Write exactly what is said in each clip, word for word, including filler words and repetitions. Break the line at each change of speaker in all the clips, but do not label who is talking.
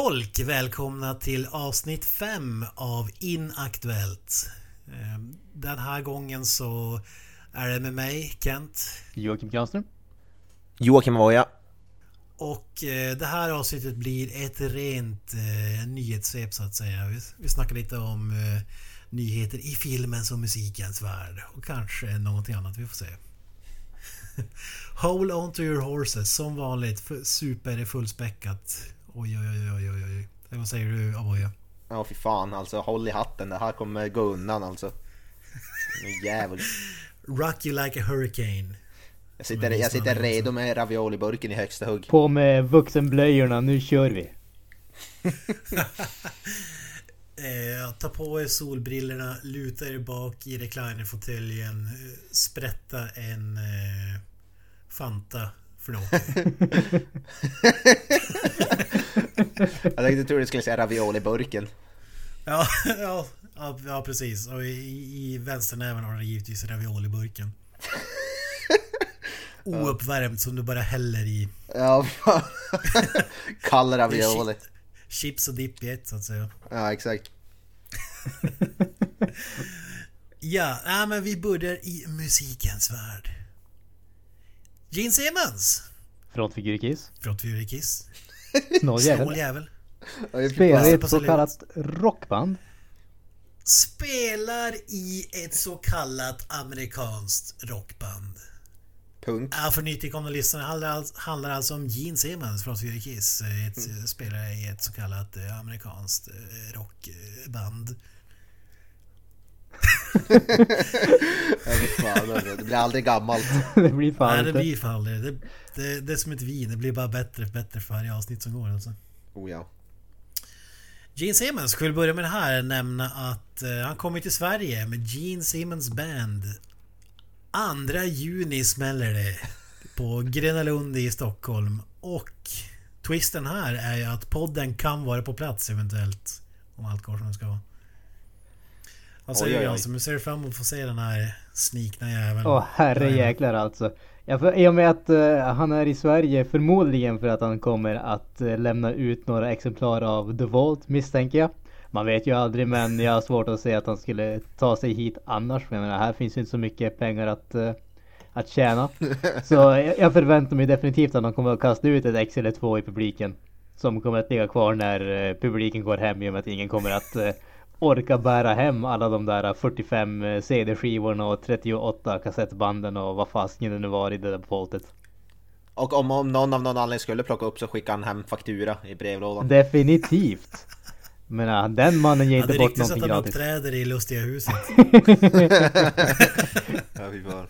folk, välkomna till avsnitt fem av Inaktuellt. Den här gången så är det med mig, Kent,
Joakim Granström,
Joakim Voja.
Och det här avsnittet blir ett rent eh, nyhetssvep så att säga. Vi, vi snackar lite om eh, nyheter i filmens och musikens värld. Och kanske någonting annat, vi får se. Hold on to your horses, som vanligt, super fullspäckat. Oj, oj, oj, oj, oj. Vad säger du, Avoya?
Ja, fy fan, alltså håll i hatten, det här kommer gå undan alltså. Jävlar.
Rock you like a hurricane.
Jag sitter, jag sitter redo med ravioliburken i högsta hugg.
På med vuxenblöjorna, nu kör vi.
eh, ta på er solbrillorna, luta er bak i reclinerfåtöljen, sprätta en eh, Fanta. Förlåt.
Jag tänkte tror du skulle säga ravioliburken.
Ja, ja, ja, ja, precis. Och i, i vänsternäven har det givetvis ravioliburken. Ouppvärmt som du bara häller i.
Ja, fan. Kall ravioli.
Chips och dipp i ett så att säga.
Ja, exakt.
Ja, nej, men vi börjar i musikens värld. Gene Simmons.
Frontfigur i Kiss.
Frontfigur i Kiss.
Snåljävel.
Snåljävel.
Spelar i ett så kallat rockband.
Spelar i ett så kallat amerikanskt rockband.
Punkt.
Ja, för nytillkomna lyssnare handlar, handlar alltså om Gene Simmons från Frontfigur i Kiss. Ett, mm. Spelar i ett så kallat eh, amerikanskt eh, rockband.
Det blir aldrig gammalt.
Det blir fan.
Nej, det blir fan aldrig. Det, det, det är som ett vin. Det blir bara bättre och bättre för varje avsnitt som går alltså.
Oh ja.
Gene Simmons, skulle börja med det här, nämna att uh, han kommer till Sverige med Gene Simmons Band. Andra juni smäller det på Gröna Lund i Stockholm. Och twisten här är ju att podden kan vara på plats eventuellt, om allt går som det ska vara. Vad säger du, Jansson? Du ser fram emot att få se den här snikna jäveln.
Åh, herre jäklar alltså. Ja, för, i och med att uh, han är i Sverige förmodligen för att han kommer att uh, lämna ut några exemplar av The Vault, misstänker jag. Man vet ju aldrig, men jag har svårt att säga att han skulle ta sig hit annars. För jag menar, här finns ju inte så mycket pengar att, uh, att tjäna. Så jag, jag förväntar mig definitivt att han kommer att kasta ut ett X eller två i publiken. Som kommer att ligga kvar när uh, publiken går hem, i och med att ingen kommer att... Uh, orka bära hem alla de där fyrtiofem C D-skivorna och trettioåtta kassettbanden och vad fasken det nu var i det där voltet.
Och om, om någon av någon anledning skulle plocka upp så skickar han hem faktura i brevlådan.
Definitivt. Men äh, den mannen ger inte
ja,
bort någonting
Det
gratis.
är riktigt att han uppträder i Lustiga huset.
Ja, vi får.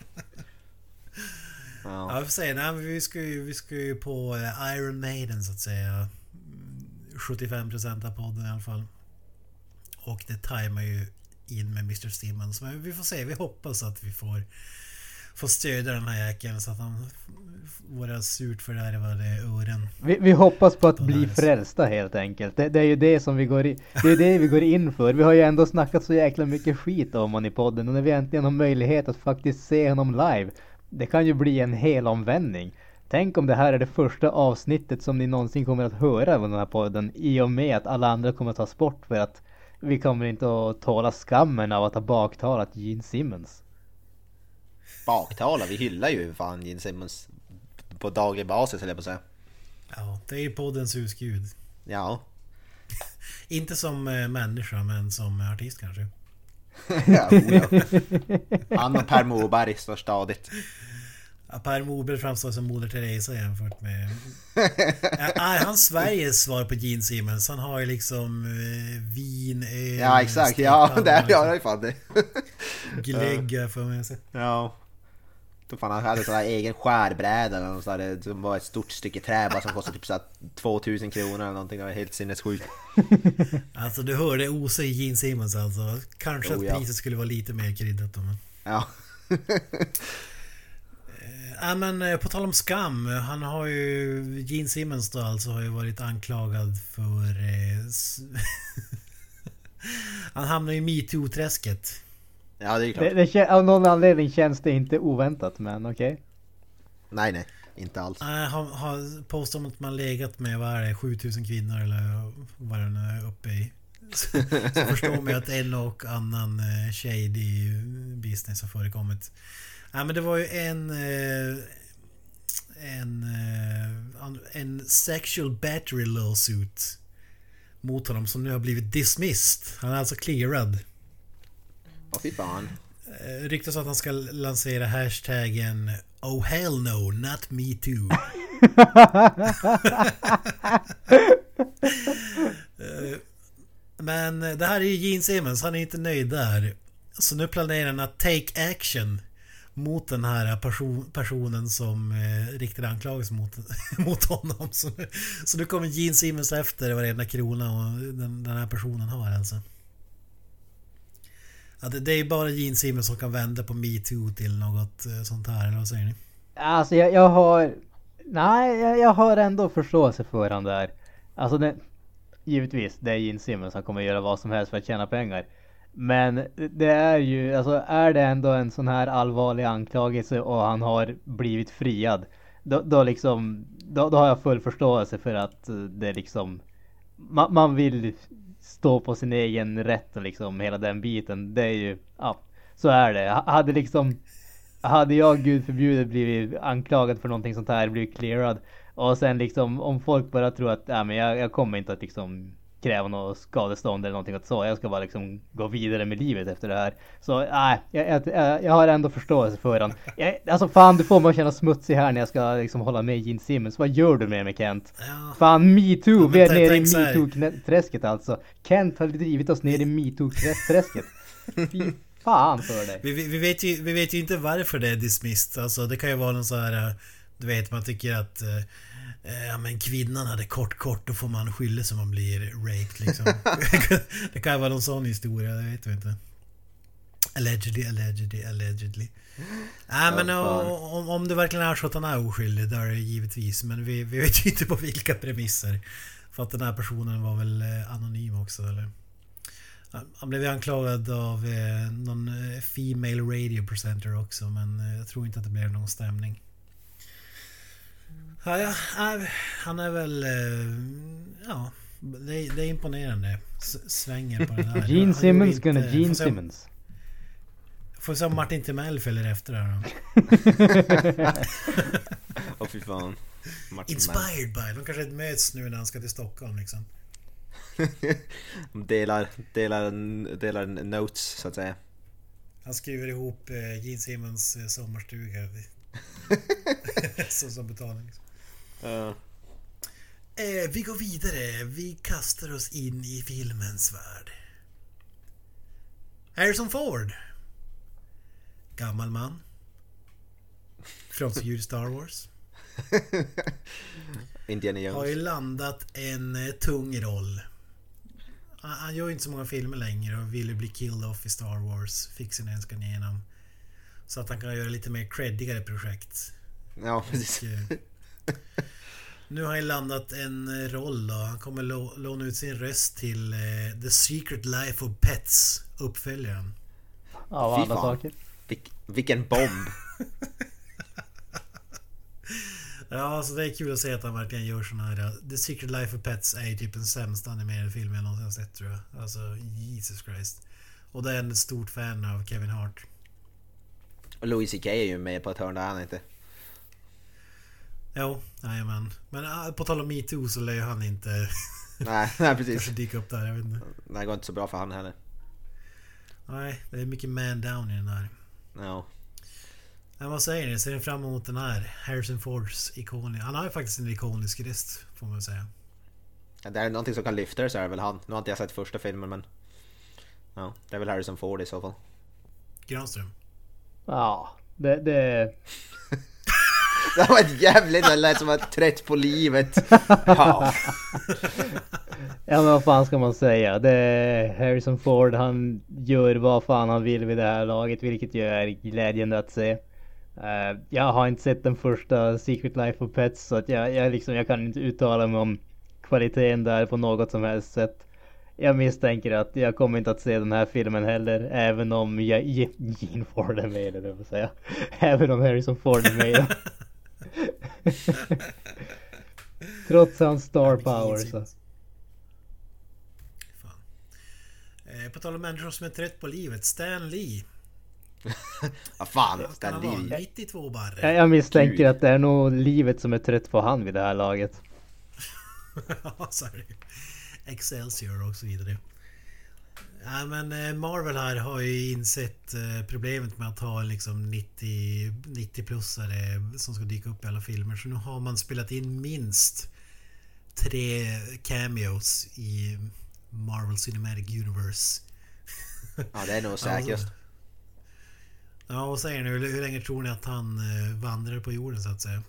Ja, jag får säga, nej, men vi ska ju, vi ska ju på Iron Maiden så att säga. sjuttiofem procent av podden i alla fall. Och det tajmar ju in med mister Simmons. Men vi får se, vi hoppas att vi får Får stödja den här jäkeln så att han våra surt fördärvade ören.
Vi, vi hoppas på att bli frälsta helt enkelt. Det, det är ju det som vi går i, det är det vi går in för. Vi har ju ändå snackat så jäkla mycket skit om honom i podden. Och när vi äntligen har möjlighet att faktiskt se honom live, det kan ju bli en hel omvändning. Tänk om det här är det första avsnittet som ni någonsin kommer att höra av den här podden, i och med att alla andra kommer att ta sport för att vi kommer inte att tåla skammen av att ha baktalat Gene Simmons.
Baktala, vi hyllar ju fan Gene Simmons på daglig basis, eller jag på säga.
Ja, det är ju poddens husgud.
Ja.
Inte som äh, människa, men som artist kanske.
Ja, oh ja. Han och Per Morberg står stadigt.
Ja, Per Morberg framstår som Moder Teresa jämfört med... Är han Sveriges svar på Gene Simmons? Han har ju liksom eh, vin, öl...
Ja, exakt. Ja, där har jag ju fan det.
Glägga för mig.
Ja. Då fan han hade sån här egen skärbräda och så där, som var ett stort stycke trä bara, som kostade typ så här tvåtusen kronor eller någonting. Det var helt sinnessjukt.
Alltså du hörde osa i Gene Simmons alltså. Kanske oh, att
ja.
priset skulle vara lite mer kryddat. Men...
Ja.
Ja, men på tal om skam, han har ju Gene Simmons då alltså har ju varit anklagad för eh, han hamnar i MeToo-träsket.
Ja, det är klart.
Det, det, av någon anledning känns det inte oväntat, men okej. Okay.
Nej, nej. inte alls.
Nej, han har postat om att man legat med, vad är det, sjutusen kvinnor eller vad det nu är uppe i. Så, så förstår man att en och annan eh, shady business har förekommit. Nej, men det var ju en eh, en eh, en sexual battery lawsuit mot honom som nu har blivit dismissed. Han är alltså clearad.
Åh fy fan.
Eh, ryktas att han ska lansera hashtaggen Oh hell no, not me too. eh, Men det här är ju Gene Simmons, han är inte nöjd där. Så nu planerar han att take action mot den här person, personen som eh, riktade anklagelse mot, mot honom. Så nu, så nu kommer Gene Simmons efter varenda krona och den, den här personen har alltså. Ja, det, det är bara Gene Simmons som kan vända på Me Too till något eh, sånt här, eller vad säger ni?
Alltså jag, jag har... Nej, jag, jag har ändå förståelse för han där. Alltså det... Givetvis, det är Gene Simmons, han kommer göra vad som helst för att tjäna pengar. Men det är ju, alltså är det ändå en sån här allvarlig anklagelse och han har blivit friad, då, då liksom, då, då har jag full förståelse för att det liksom, man, man vill stå på sin egen rätt och liksom hela den biten. Det är ju, ja, så är det. Hade liksom, hade jag gud förbjudet blivit anklagad för någonting sånt här, blivit clearad, och sen liksom om folk bara tror att ja, men jag, jag kommer inte att liksom kräva något skadestånd eller någonting åt så, jag ska bara liksom gå vidare med livet efter det här. Så nej, jag, jag, jag har ändå förståelse för den. Jag, alltså fan, du får mig att känna smutsig här när jag ska liksom hålla med Gene Simmons. Vad gör du med mig, Kent? Ja. Fan, Me Too, ja, vi är nere i Me Too-träsket alltså. Kent har drivit oss ner i Me Too-träsket. Fy fan för dig.
Vi, vi, vi, vet ju, vi vet ju inte varför det är dismissed. Alltså det kan ju vara någon så här, du vet, man tycker att eh, ja, men kvinnan hade kort kort, då får man skylla sig om man blir raped liksom. Det kan ju vara någon sån historia, det vet vi inte. Allegedly, allegedly, allegedly. Nej, men oh, om, om det verkligen är så att han är oskyldig, där är det givetvis. Men vi, vi vet ju inte på vilka premisser. För att den här personen var väl eh, anonym också, eller? Han blev anklagad av eh, någon female radio presenter också, men eh, jag tror inte att det blev någon stämning. Ja, ja, han är väl... Ja, det är, det är imponerande. S- svänger på det där.
Gene Simmons gonna Gene Simmons.
Får se om Martin Timell följer efter där då.
Åh fy fan.
Martin Inspired by. De kanske möts nu när han ska till Stockholm liksom.
delar, delar, delar notes så att säga.
Han skriver ihop eh, Gene Simmons eh, sommarstuga. Så som betalning. Uh. Eh, vi går vidare. Vi kastar oss in i filmens värld. Harrison Ford. Gammal man. Från Star Wars.
Indiana Jones.
Har ju landat en eh, tung roll. Han, han gör ju inte så många filmer längre och ville bli killed off i Star Wars. Fick sin önskan igenom. Så att han kan göra lite mer creddigare projekt.
Ja, precis.
Och, nu har han landat en roll då. Han kommer lo- låna ut sin röst till eh, The Secret Life of Pets, uppföljaren.
Ja, alla saker.
Vil- vilken bomb.
Ja, alltså det är kul att se att han verkligen gör såna här. The Secret Life of Pets är typ den sämsta animerade filmen jag någonsin sett, tror jag. Alltså, Jesus Christ. Och det är en stort fan av Kevin Hart.
Och Louis C K är ju med på ett hörn där han inte.
Jo, nej men. Men på tal om Me Too så lär ju han inte
nej, nej, precis.
kanske dyka upp där, jag vet inte.
Nej, det går inte så bra för han heller.
Nej, det är mycket man down i den här.
Ja.
Men vad säger ni? Ser ni fram emot den här Harrison Fords ikon? Han har ju faktiskt en ikonisk röst, får man säga.
Ja, det är någonting som kan lyfta det, så är det väl han. Nu har inte jag sett första filmen, men ja, det är väl Harrison Ford i så fall.
Granström.
Ja, det... det...
Det var ett jävligt, det lät som att trött på livet. Ja.
Ja, men vad fan ska man säga? Det är Harrison Ford, han gör vad fan han vill vid det här laget, vilket ju är glädjande att se. Uh, jag har inte sett den första Secret Life of Pets, så att jag, jag, liksom, jag kan inte uttala mig om kvaliteten där på något som helst sätt. Jag misstänker att jag kommer inte att se den här filmen heller, även om jag, Gene Ford är med, eller vad säga. Även om Harrison Ford är med. Trots hans star
Ja, vilken
power så.
insikt. Fan. Eh, på tal om människor som är trött på livet. Stan Lee.
Ja fan,
Kan han
Stan
vara?
Lee.
nittiotvå barre.
Jag, jag misstänker
Gud.
att det är nog livet som är trött på han vid det här laget.
Ja, så är det. Excelsior och så vidare. Ja, men eh, Marvel här har ju insett eh, problemet med att ha liksom nittio, nittio-plussare som ska dyka upp i alla filmer. Så nu har man spelat in minst tre cameos i Marvel Cinematic Universe.
Ja, det är nog säkrast.
Ja, och säger nu, hur länge tror ni att han eh, vandrar på jorden så att säga?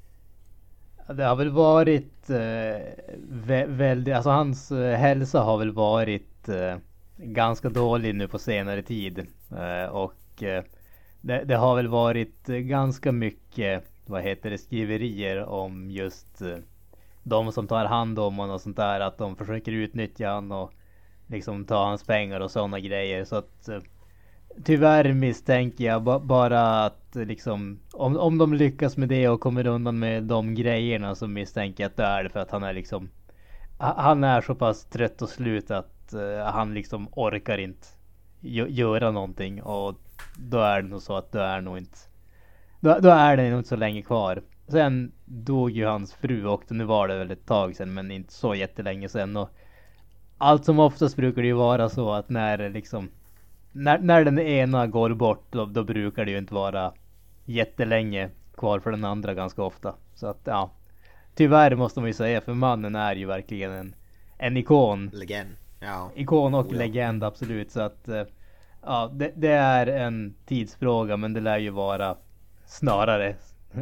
Det har väl varit eh, vä- väldigt, alltså hans eh, hälsa har väl varit eh, ganska dålig nu på senare tid. Eh, och eh, det, det har väl varit eh, ganska mycket, vad heter det, skriverier om just eh, de som tar hand om honom och sånt där, att de försöker utnyttja han och liksom ta hans pengar och sådana grejer. Så att eh, tyvärr misstänker jag ba- bara att eh, liksom om, om de lyckas med det och kommer undan med de grejerna, så misstänker jag att det är det för att han är liksom ha- han är så pass trött och slut att eh, han liksom orkar inte gö- göra någonting, och då är det nog så att det är nog inte då, då är det nog inte så länge kvar. Sen dog ju hans fru och nu var det väl ett tag sedan, men inte så jättelänge sedan, och allt som oftast brukar det ju vara så att när liksom När, när den ena går bort då, då brukar det ju inte vara jättelänge kvar för den andra ganska ofta. Så att ja, tyvärr måste man ju säga, för mannen är ju verkligen en, en ikon.
Legend. Ja.
Ikon och
Oh, ja.
legend, absolut. Så att eh, ja, det, det är en tidsfråga, men det lär ju vara snarare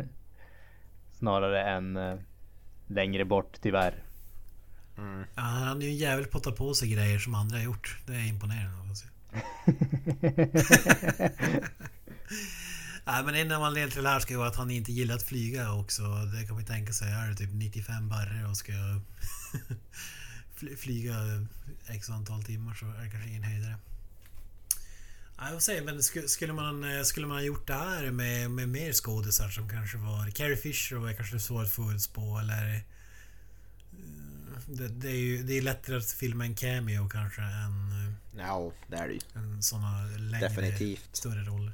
snarare än eh, längre bort, tyvärr.
Mm.
Ja, han är ju en jävel på att ta på sig grejer som andra har gjort. Det är imponerande. Alltså. Nej, men en av anledningarna till det här ska ju vara att han inte gillar att flyga också. Det kan man ju tänka sig. Är det typ nittiofem barre och ska fly- flyga x antal timmar, så är det kanske ingen höjdare. Nej, vad säger, men sk- skulle man skulle man ha gjort det här med, med mer skådisar som kanske var Carrie Fisher och är kanske svårt att förutspå, eller det, det är ju det är lättare att filma en cameo kanske än
Ja, det är det ju.
än såna längre,
Definitivt.
större roller.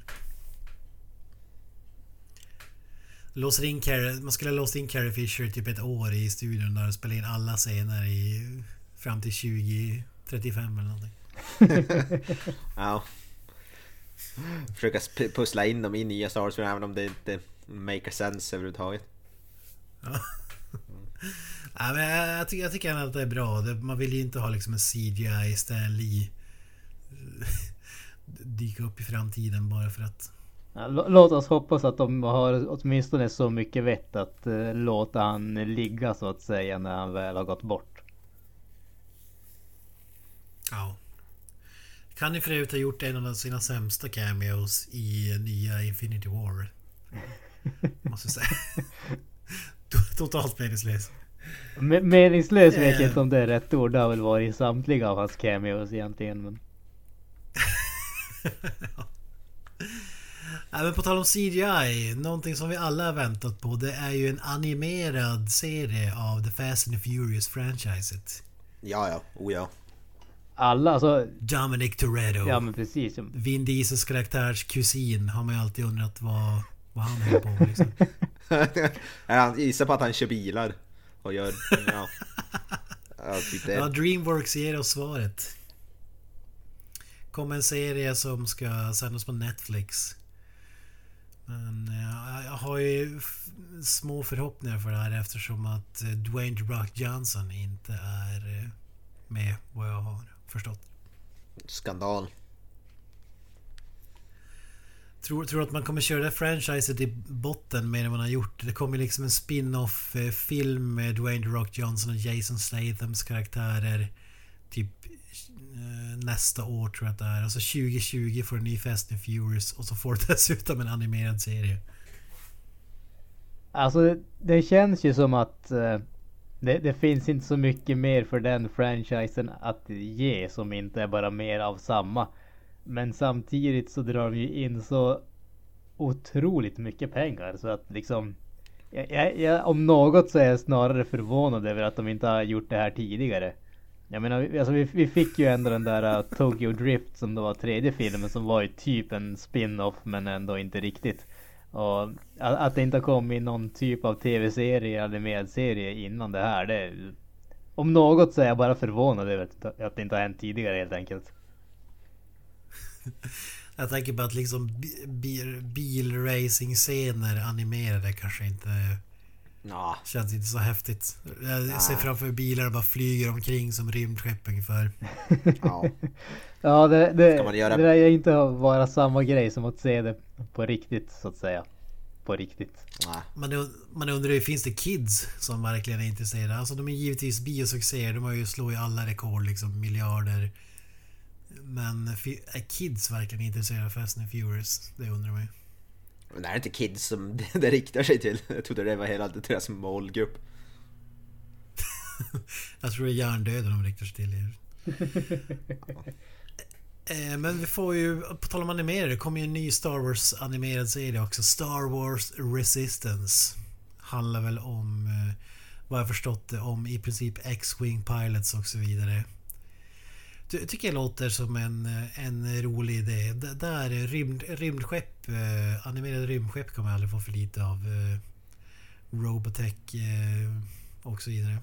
Låser in Carrie, man skulle ha låst in Carrie Fisher typ ett år i studion där och spela in alla scener i fram till tjugo trettiofem eller någonting.
Ja. Försöka sp- pussla in dem i nya Star Wars, även om det inte make sense överhuvudtaget.
Ja. Ja, men jag, jag, tycker, jag tycker att det är bra. Det, man vill ju inte ha liksom en C G I Stan Lee dyka upp i framtiden bara för att.
Ja, l- låt oss hoppas att de har åtminstone så mycket vett att uh, låta han ligga så att säga när han väl har gått bort.
Ja. Kan ni för övrigt ha gjort en av sina sämsta cameos i nya Infinity War? Måste säga. Totalt meningslös.
Me- meningslös vet jag
Eh.
inte om det är rätt ord. Det har väl varit i samtliga av hans cameos egentligen. Men...
Ja, men på tal om C G I, någonting som vi alla har väntat på, det är ju en animerad serie av The Fast and the Furious-franchiset.
Ja, ja. Oh, ja.
Alla, alltså...
Dominic Toretto.
Ja, men precis.
Vin Diesels karaktärs kusin har man ju alltid undrat vad, vad han höll på med liksom.
Jag gissar på att han kör bilar och gör... Ja. Ja, typ det.
Ja, Dreamworks ger oss svaret. Kommer en serie som ska sändas på Netflix. Men ja, jag har ju f- små förhoppningar för det här eftersom att eh, Dwayne The Rock Johnson inte är eh, med, vad jag har förstått.
Skandal.
Tror, tror att man kommer köra det franchiset i botten mer än man har gjort. Det kommer liksom en spin-off eh, film med Dwayne The Rock Johnson och Jason Stathams karaktärer typ eh, nästa år tror jag att det är. Alltså tjugo tjugo får en ny Fast and Furious och så får det dessutom en animerad serie.
Alltså det, det känns ju som att eh, det, det finns inte så mycket mer för den franchisen att ge som inte är bara mer av samma. Men samtidigt så drar de ju in så otroligt mycket pengar så att liksom Jag, jag, jag, om något så är jag snarare förvånad över att de inte har gjort det här tidigare. Jag menar, vi, alltså vi, vi fick ju ändå den där uh, Tokyo Drift som då var tredje filmen som var ju typ en spin-off men ändå inte riktigt. Och att, att det inte har kommit någon typ av tv-serie eller medserie innan det här, det är, om något så är jag bara förvånad över att, att det inte har hänt tidigare helt enkelt.
Jag tänker bara att liksom bil, bilracing-scener animerade kanske inte
Ja.
känns inte så häftigt. Jag
Ja.
ser framför bilar och bara flyger omkring som rymdskepp ungefär.
Ja.
Ja, det, det,
Ska man göra-
det där är inte vara samma grej som att se det på riktigt så att säga. På riktigt.
Nej.
Man, man undrar ju, finns det kids som verkligen är intresserade? Alltså de är givetvis biosuccéer, de har ju slår ju alla rekord liksom, miljarder. Men är kids verkligen intresserade av Fast and Furious? Det undrar man ju.
Men det är inte kids som det, det riktar sig till. Jag trodde det var hela deras målgrupp.
Jag tror det är hjärndöden de riktar sig till. eh, Men vi får ju, på tal om animerade, det kommer ju en ny Star Wars animerad serie också. Star Wars Resistance. Handlar väl om, eh, vad jag förstått det, om i princip X-Wing Pilots och så vidare. Jag tycker det låter som en, en rolig idé. D- där rymd, rymdskepp, eh, animerade rymdskepp kommer jag aldrig få för lite av. Eh, Robotech eh, och så vidare.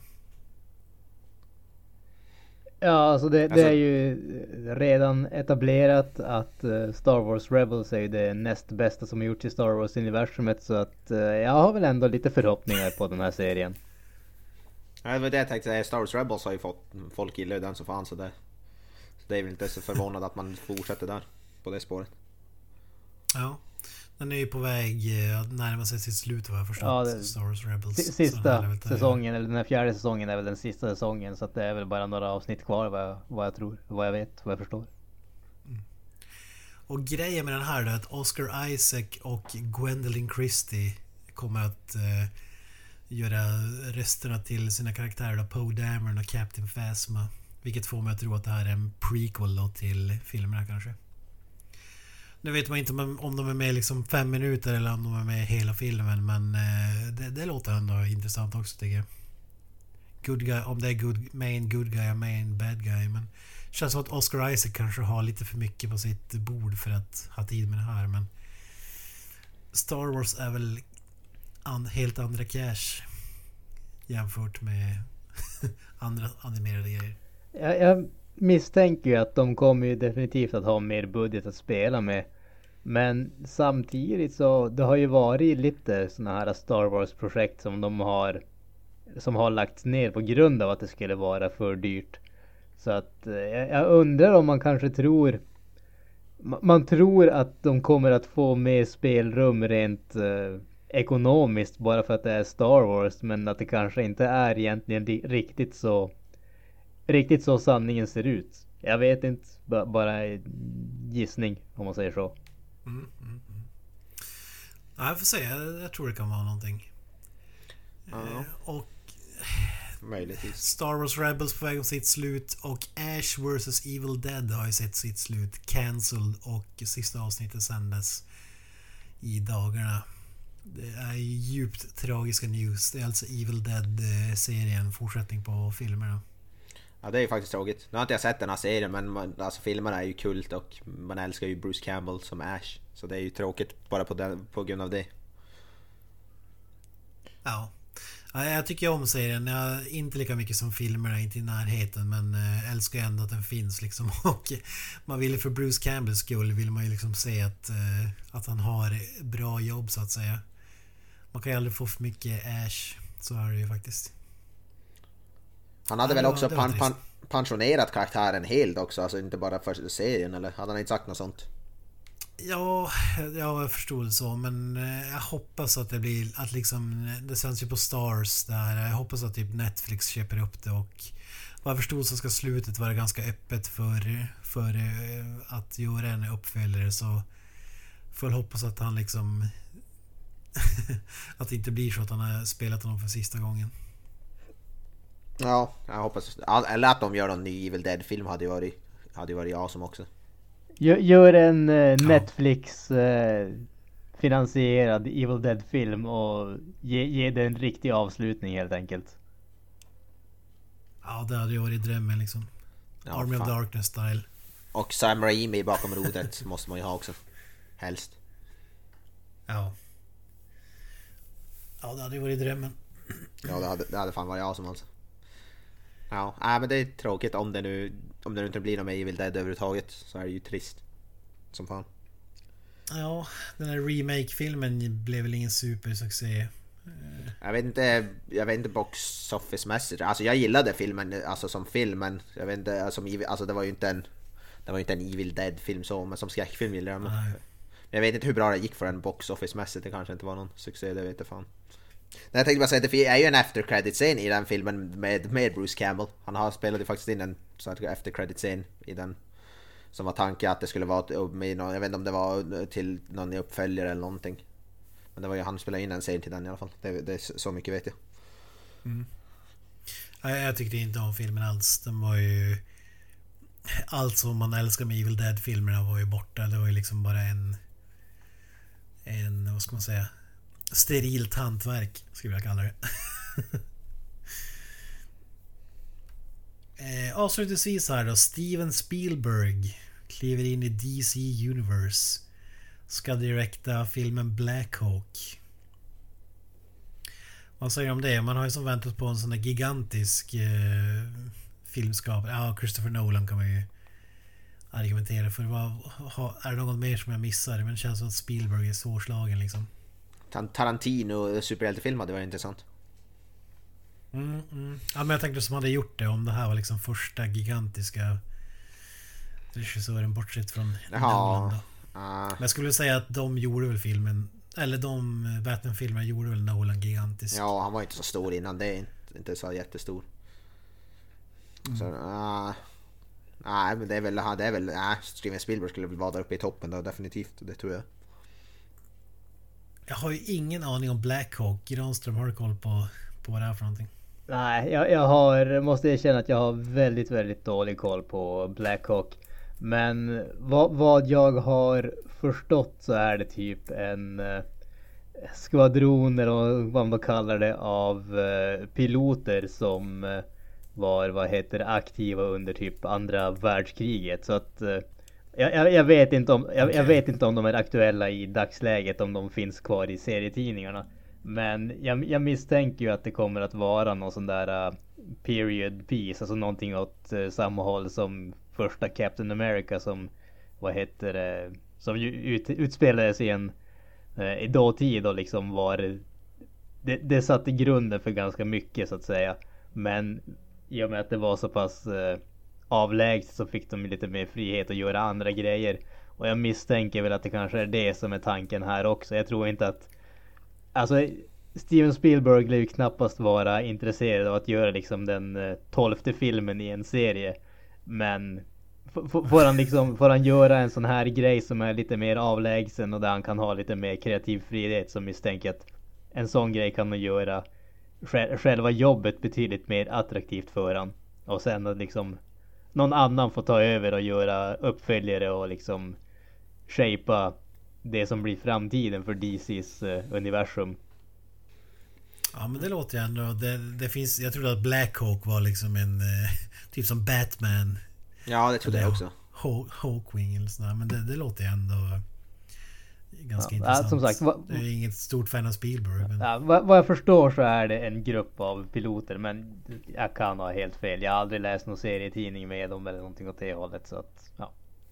Ja, alltså det,
Alltså-
det är ju redan etablerat att uh, Star Wars Rebels är ju det näst bästa som har gjorts i Star Wars-universumet. Så att uh, jag har väl ändå lite förhoppningar på den här serien.
Ja, det var det jag tänkte. Star Wars Rebels har ju fått folk gillar ju den så fan så det. Så det är väl inte så förvånad att man fortsätter där på det spåret.
Ja, den är ju på väg eh, att närma sig sitt slut vad jag förstått.
Ja, det-
Star Wars Rebels.
S-
Så den
Sista
är väl där-
säsongen, eller den här fjärde säsongen är väl den sista säsongen. Så att det är väl bara några avsnitt kvar vad jag, vad jag tror, vad jag vet, vad jag förstår.
Och grejen med den här är att Oscar Isaac och Gwendolyn Christie kommer att eh, göra rösterna till sina karaktärer då, Poe Dameron och Captain Phasma. Vilket får mig att tro att det här är en prequel då till filmerna kanske. Nu vet man inte om, om de är med liksom fem minuter eller om de är med hela filmen, men eh, det, det låter ändå intressant också tycker jag. Good guy, om det är good, main good guy och main bad guy, men det känns som att Oscar Isaac kanske har lite för mycket på sitt bord för att ha tid med det här, men Star Wars är väl an, helt andra cash jämfört med andra animerade grejer.
Jag, jag misstänker ju att de kommer ju definitivt att ha mer budget att spela med. Men samtidigt så det har ju varit lite såna här Star Wars-projekt som de har som har lagts ner på grund av att det skulle vara för dyrt. Så att eh, jag undrar om man kanske tror ma- man tror att de kommer att få mer spelrum rent eh, ekonomiskt bara för att det är Star Wars, men att det kanske inte är egentligen ri- riktigt så riktigt så sanningen ser ut. Jag vet inte, ba- bara gissning om man säger så.
Mm, mm, mm. Ja, jag får se. Jag, jag tror det kan vara någonting.
Ja.
Eh, och
Möjligtvis.
Star Wars Rebels på väg mot sitt slut och Ash versus. Evil Dead har ju sett sitt slut. Cancelled och sista avsnittet sändes i dagarna. Det är djupt tragiska news. Det är alltså Evil Dead-serien, fortsättning på filmerna.
Ja, det är ju faktiskt tråkigt. Nu har inte jag sett den här serien, men man, alltså filmerna är ju kult och man älskar ju Bruce Campbell som Ash. Så det är ju tråkigt bara på, den, på grund av det.
Ja. Ja, jag tycker om serien. Jag, inte lika mycket som filmerna, inte i närheten, men äh, älskar ändå att den finns liksom. Och man vill för Bruce Campbells skull vill man ju liksom se att, äh, att han har bra jobb så att säga. Man kan ju aldrig få för mycket Ash. Så är det ju faktiskt.
Han hade
Ja,
väl
det var-
också
det var
pan,
trist.
pan, pensionerat karaktären helt också, alltså inte bara för serien, eller hade han inte sagt något sånt?
Ja, ja, jag förstod det så, men eh, jag hoppas att det blir att liksom, det sänds ju på Stars där. Jag hoppas att typ Netflix köper upp det, och vad jag förstod så ska slutet vara ganska öppet för, för eh, att göra en uppföljare, så får jag hoppas att han liksom att det inte blir så att han har spelat honom för sista gången.
Ja, jag hoppas. Eller att de gör någon ny Evil Dead-film hade ju varit, hade ju varit awesome också.
Gör, gör en eh, Netflix eh, finansierad Evil Dead-film och ge, ge det en riktig avslutning helt enkelt.
Ja, det hade ju varit drömmen liksom.
Ja,
Army of
fan.
Darkness style.
Och Sam Raimi bakom rodret måste man ju ha också. Helst.
Ja. Ja, det hade ju varit drömmen.
Ja, det hade, det hade fan varit jag som alltså. Ja, nej, men det är tråkigt om det nu om det inte blir någon med Evil Dead överhuvudtaget, så är det ju trist. Som fan.
Ja, den här remake-filmen blev väl ingen supersuccé.
Jag vet inte, jag vet inte box office mässigt. Alltså jag gillade filmen, alltså som filmen. Jag vet inte, alltså, alltså det var ju inte en det var ju inte en Evil Dead film så, men som skräckfilm gillade jag. Men
Nej.
jag vet inte hur bra det gick för en box office mässigt. Det kanske inte var någon succé, det vet jag fan. Nej, jag tänkte bara säga att det är ju en after credit scen i den filmen med, med Bruce Campbell. Han har spelat ju faktiskt in en så här after credit scen i den. Som var tanken att det skulle vara med någon, jag vet inte om det var till någon uppföljare eller någonting. Men det var ju han spelade in en scen till den i alla fall. Det, det är så mycket vet jag.
Mm. Jag, jag tyckte inte om filmen alls. Den var ju... Allt som man älskar med Evil Dead-filmerna var ju borta. Det var ju liksom bara en... En, vad ska man säga? Sterilt hantverk, skulle jag kalla det. eh, avslutningsvis här då. Steven Spielberg kliver in i D C Universe. Ska direkta filmen Black Hawk. Vad säger du om det? Man har ju som väntat på en sån där gigantisk eh, filmskapare. Ja, Christopher Nolan kan man ju argumentera för. Vad, ha, är det något mer som jag missar? Men det känns som att Spielberg är svårslagen liksom.
Tarantino superhjältefilm hade varit intressant.
Mm, mm. Ja, men jag tänkte som hade gjort det om det här var liksom första gigantiska regissören bortsett från Nolan då.
Uh.
Men jag skulle säga att de gjorde väl filmen, eller de Batman-filmerna gjorde väl Nolan gigantisk.
Ja, han var inte så stor innan det, inte, inte så jättestor. Mm. Så, uh, nej, men det är väl, det är väl, nej, Steven Spielberg skulle väl vara där uppe i toppen då, definitivt, det tror jag.
Jag har ju ingen aning om Black Hawk. Granström, har du koll på, på vad det är för någonting?
Nej, jag, jag har, måste erkänna att jag har väldigt, väldigt dålig koll på Black Hawk. Men vad, vad jag har förstått så är det typ en eh, skvadron eller vad man kallar det av eh, piloter som eh, var, vad heter det, aktiva under typ andra världskriget. Så att eh, jag, jag, vet inte om, jag, jag vet inte om de är aktuella i dagsläget, om de finns kvar i serietidningarna. Men jag, jag misstänker ju att det kommer att vara någon sån där uh, period piece, alltså någonting åt uh, samma håll som första Captain America som, vad heter det, som ju ut, utspelades i en uh, i dåtid och liksom var det, det satte grunden för ganska mycket så att säga. Men i och med att det var så pass uh, avlägset så fick de lite mer frihet att göra andra grejer. Och jag misstänker väl att det kanske är det som är tanken här också. Jag tror inte att alltså Steven Spielberg lär ju knappast vara intresserad av att göra liksom den tolfte filmen i en serie. Men f- får han liksom får han göra en sån här grej som är lite mer avlägsen och där han kan ha lite mer kreativ frihet, så misstänker att en sån grej kan man göra själva jobbet betydligt mer attraktivt för han. Och sen att liksom någon annan får ta över och göra uppföljare och liksom shapea det som blir framtiden för D C:s uh, universum.
Ja, men det låter ju ändå. Det, det finns, jag trodde att Black Hawk var liksom en eh, typ som Batman.
Ja, det trodde jag också.
Haw, Hawkwing eller sådär. Men det, det låter ju ändå ganska
Ja,
intressant.
som sagt, va,
jag är inget stort fan av Spielberg. Men...
Ja, vad, vad jag förstår så är det en grupp av piloter, men jag kan ha helt fel. Jag har aldrig läst någon serietidning med dem eller någonting åt det hållet, så att ja.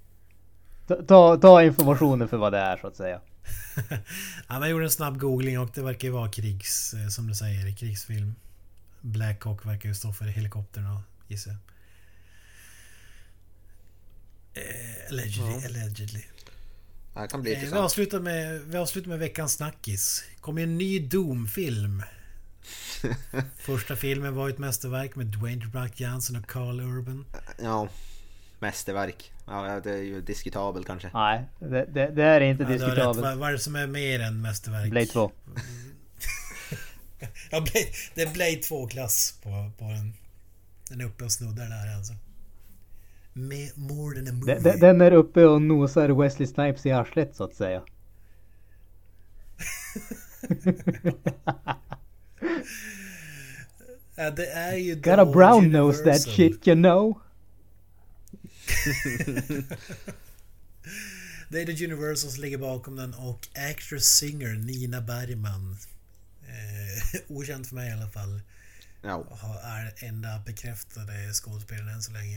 Ta, ta informationen för vad det är så att säga.
Ja, man gjorde en snabb googling och det verkar ju vara krigs, som du säger, krigsfilm. Black Hawk verkar ju stå för helikoptern, gissar jag. Eh, allegedly,
ja.
allegedly.
Det kan bli
eh, vi, avslutar med, vi avslutar med veckans snackis. Kom ju en ny Doom-film. Första filmen var ett mästerverk med Dwayne The Rock Johnson och Carl Urban.
Ja, mästerverk. Ja, det är ju diskutabelt kanske.
Nej, det, det, det är inte ja, diskutabelt.
Vad, vad är det som är mer än mästerverk?
Blade två.
Ja, Blade, det är Blade två-klass på, på den. Den är uppe och snuddar där alltså. Med more than a movie.
Den, den är uppe och nosar Wesley Snipes i arslet så att säga.
Ja, det är ju
Got a brown nose that shit, you know.
Det är The Universal som ligger bakom den och actress singer Nina Bergman, eh, okänd för mig i alla fall,
Ja.
är enda bekräftade skådespelaren än så länge.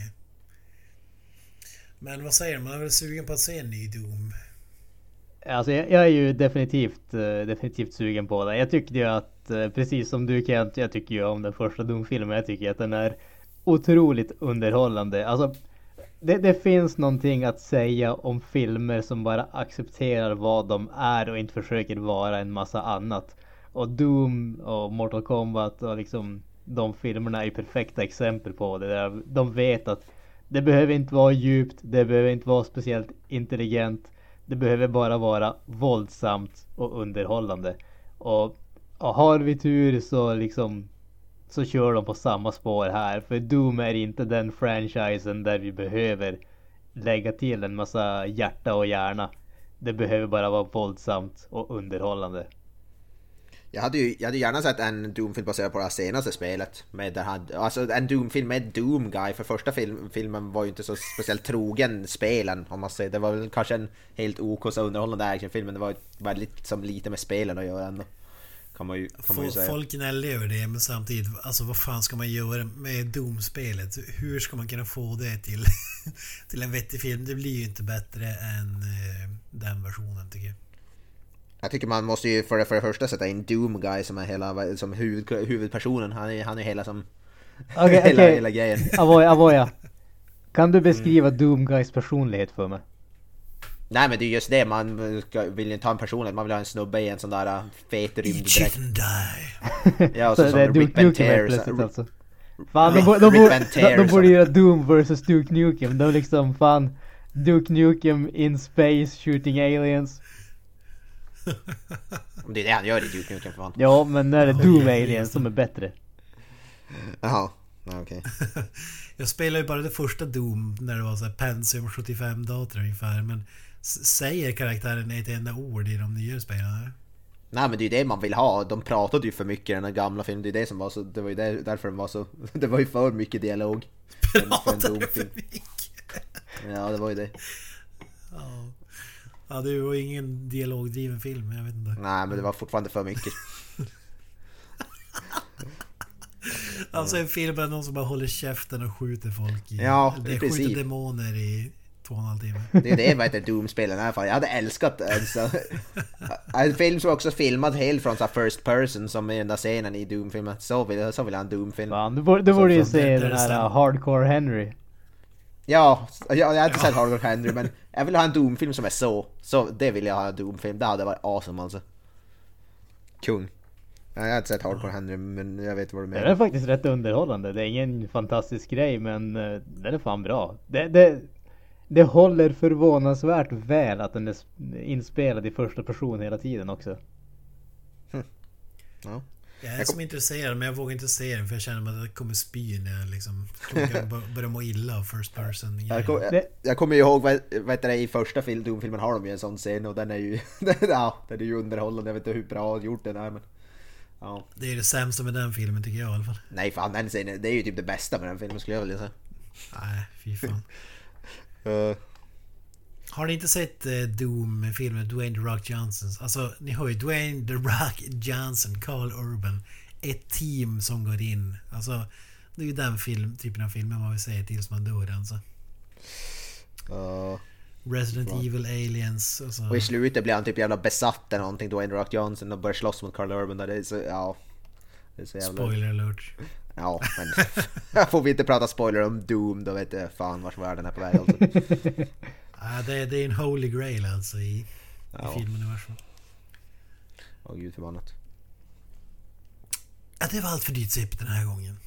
Men vad säger man? Man är väl sugen på att se en ny Doom?
Alltså jag, jag är ju definitivt uh, definitivt sugen på det. Jag tycker ju att uh, precis som du Kent, jag tycker ju om den första Doom-filmen. Jag tycker att den är otroligt underhållande. Alltså det, det finns någonting att säga om filmer som bara accepterar vad de är och inte försöker vara en massa annat. Och Doom och Mortal Kombat och liksom de filmerna är ju perfekta exempel på det där. De vet att det behöver inte vara djupt, det behöver inte vara speciellt intelligent. Det behöver bara vara våldsamt och underhållande. Och, och har vi tur så liksom så kör de på samma spår här. För Doom är inte den franchisen där vi behöver lägga till en massa hjärta och hjärna. Det behöver bara vara våldsamt och underhållande.
Jag hade ju jag hade gärna sett en Doom-film baserad på det här senaste spelet med där han, alltså en Doom-film med Doom Guy, för första film, filmen var ju inte så speciellt trogen spelen om man säger. Det var väl kanske en helt OK så underhållande actionfilm, men det var väldigt som lite med spelen att göra ändå. Kan man ju, kan man ju säga.
Folk gnäller över det, men samtidigt, alltså vad fan ska man göra med Doom-spelet? Hur ska man kunna få det till, till en vettig film? Det blir ju inte bättre än eh, den versionen tycker jag.
Jag tycker man måste ju för det, för det första sätta in Doom Guy som är hela som huvud, huvudpersonen. Han är han är hela som
okay,
hela,
okay.
hela grejen.
Avoya, Avoya. Kan du beskriva mm. Doom Guys personlighet för mig?
Nej, men det är just det, man ska, vill ju inte ha en personlighet, man vill ha en snubbe i en sån där fet rymddräkt. Ja, och så, så det är Duke Nukem plötsligt
alltså. Fan, de, de, de, de, de borde göra Doom versus Duke Nukem. De liksom, fan, Duke Nukem in space shooting aliens.
Det är det han gör i Duke Nukem för fan.
Ja, men när det är Doom aliens som är bättre.
Jaha, okej. Okay.
Jag spelade ju bara det första Doom när det var så här Pentium sjuttiofem dator ungefär, men säger karaktären ett enda ord i de nya spelarna?
Nej, men det är ju det man vill ha. De pratade ju för mycket i den här gamla filmen. Det är det som var så, det var ju där, därför den var så, det var ju för mycket dialog.
Pratade för mycket?
Ja, det var ju det.
Ja. Ja, det var ingen dialogdriven film, jag vet inte.
Nej, men det var fortfarande för mycket.
Alltså en film där någon som bara håller käften och skjuter folk i.
Ja,
det
precis.
Skjuter demoner i två och en halv timme.
Det är det vad heter Doom-spelen i alla fall. Jag hade älskat alltså, en film som också filmad helt från så first person som i den där scenen i Doom-filmen. Så vill, så vill jag ha en Doom-film.
Fan, du borde, du borde ju se
det,
den
det
här uh, Hardcore Henry.
Ja, jag, jag har inte ja. sett Hardcore Henry, men jag vill ha en Doom-film som är så. Så det vill jag ha en Doom-film. Det hade varit awesome alltså. Kung. Jag har inte sett Hardcore Henry, men jag vet vad du menar.
Det är faktiskt rätt underhållande. Det är ingen fantastisk grej, men uh, den är fan bra. Det, det, det håller förvånansvärt väl att den är inspelad i första person hela tiden också.
Hm. Ja.
Jag är jag kom... som intresserad, men jag vågar inte se den för jag känner att jag kommer spy när jag liksom börjar må illa av first person.
Jag, kom, jag, jag kommer ju ihåg, vet du, i första film, Doom-filmen har de ju en sån scen och den är ju, ja, den är ju underhållande. Jag vet inte hur bra gjort den är, men ja.
Det är det sämsta med den filmen tycker jag i alla fall.
Nej fan, den scenen, det är ju typ det bästa med den filmen skulle jag vilja säga.
Nej, fy fan.
uh.
Har ni inte sett eh, Doom-filmen Dwayne The Rock Johnson? Alltså, ni har ju Dwayne The Rock Johnson, Carl Urban. Ett team som går in. Alltså, det är ju den film, typen av filmer man vill säga tills man dör alltså.
Uh.
Resident bra. Evil, Aliens och så.
Och i slutet blir han typ jävla besatt eller någonting, Dwayne The Rock Johnson, och börjar slåss mot Carl Urban där. Det är så, ja. Det är så jävla...
Spoiler alert.
Ja, men får vi inte prata spoiler om Doom, då vet jag fan vars världen är på väg alltså.
Ja, det, är, det är en holy grail alltså i,
ja.
i filmuniversum.
Åh gud förbannat.
Ja, det var allt för dyrt sipp den här gången.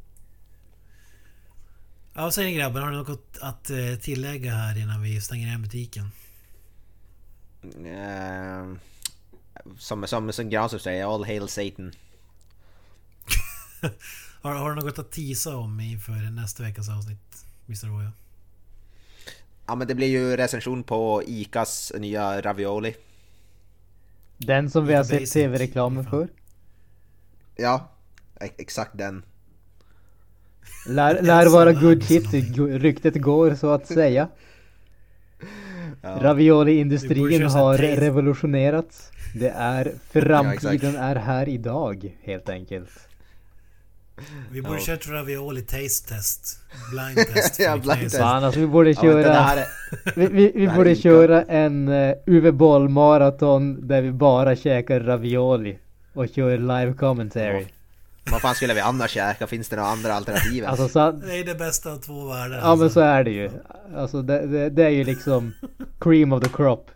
Ja, vad säger ni grabbar? Har ni något att tillägga här innan vi stänger igen butiken?
Uh, som, som, som Granström säger, all hail Satan.
har, har du något att tisa om inför nästa veckas avsnitt, mister Roya?
Ja, men det blir ju recension på Icas nya ravioli.
Den som vi har
Lite
sett
basic,
tv-reklamen för.
Ja, e- exakt den.
Lär, lär vara good shit, ryktet går så att säga.
Ja.
Ravioli-industrin
köra
har
taste.
revolutionerats. Det är framtiden är här idag, helt enkelt.
Vi borde
Ja.
köra ett ravioli taste test. Blind test.
Ja,
för
blind
Knäs.
test.
Fan, alltså vi borde
Ja, vänta,
köra...
det här är...
Vi, vi, vi
Det här
borde
är Ica.
köra en uh, Uwe Boll maraton där vi bara käkar ravioli och kör live commentary.
Vad fan skulle vi annars käka? Finns det några andra alternativ?
Alltså så,
Det är det bästa av två världar.
ja men så är det ju. Alltså det, det, det är ju liksom cream of the crop.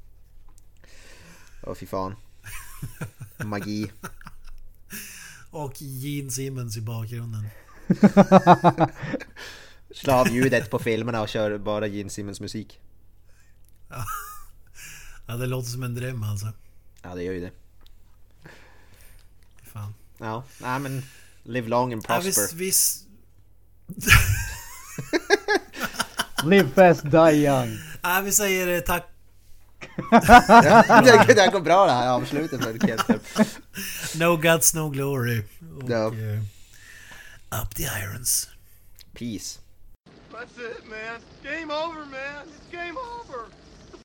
Åh fy fan. Magi.
Och Gene Simmons i bakgrunden.
Slå av ljudet på filmerna och kör bara Gene Simmons musik.
Ja, det låter som en dröm alltså.
Ja, det gör ju det.
Fan.
Ja, nej men... Live long and
Ja,
prosper.
visst, visst.
Live fast, die young.
Ja, vi säger eh, tack.
Ja, det, det går bra det här avslutet för Kent.
No guts, no glory. Och,
Ja.
eh, up the irons.
Peace.
That's it, man. Game over, man. It's game over.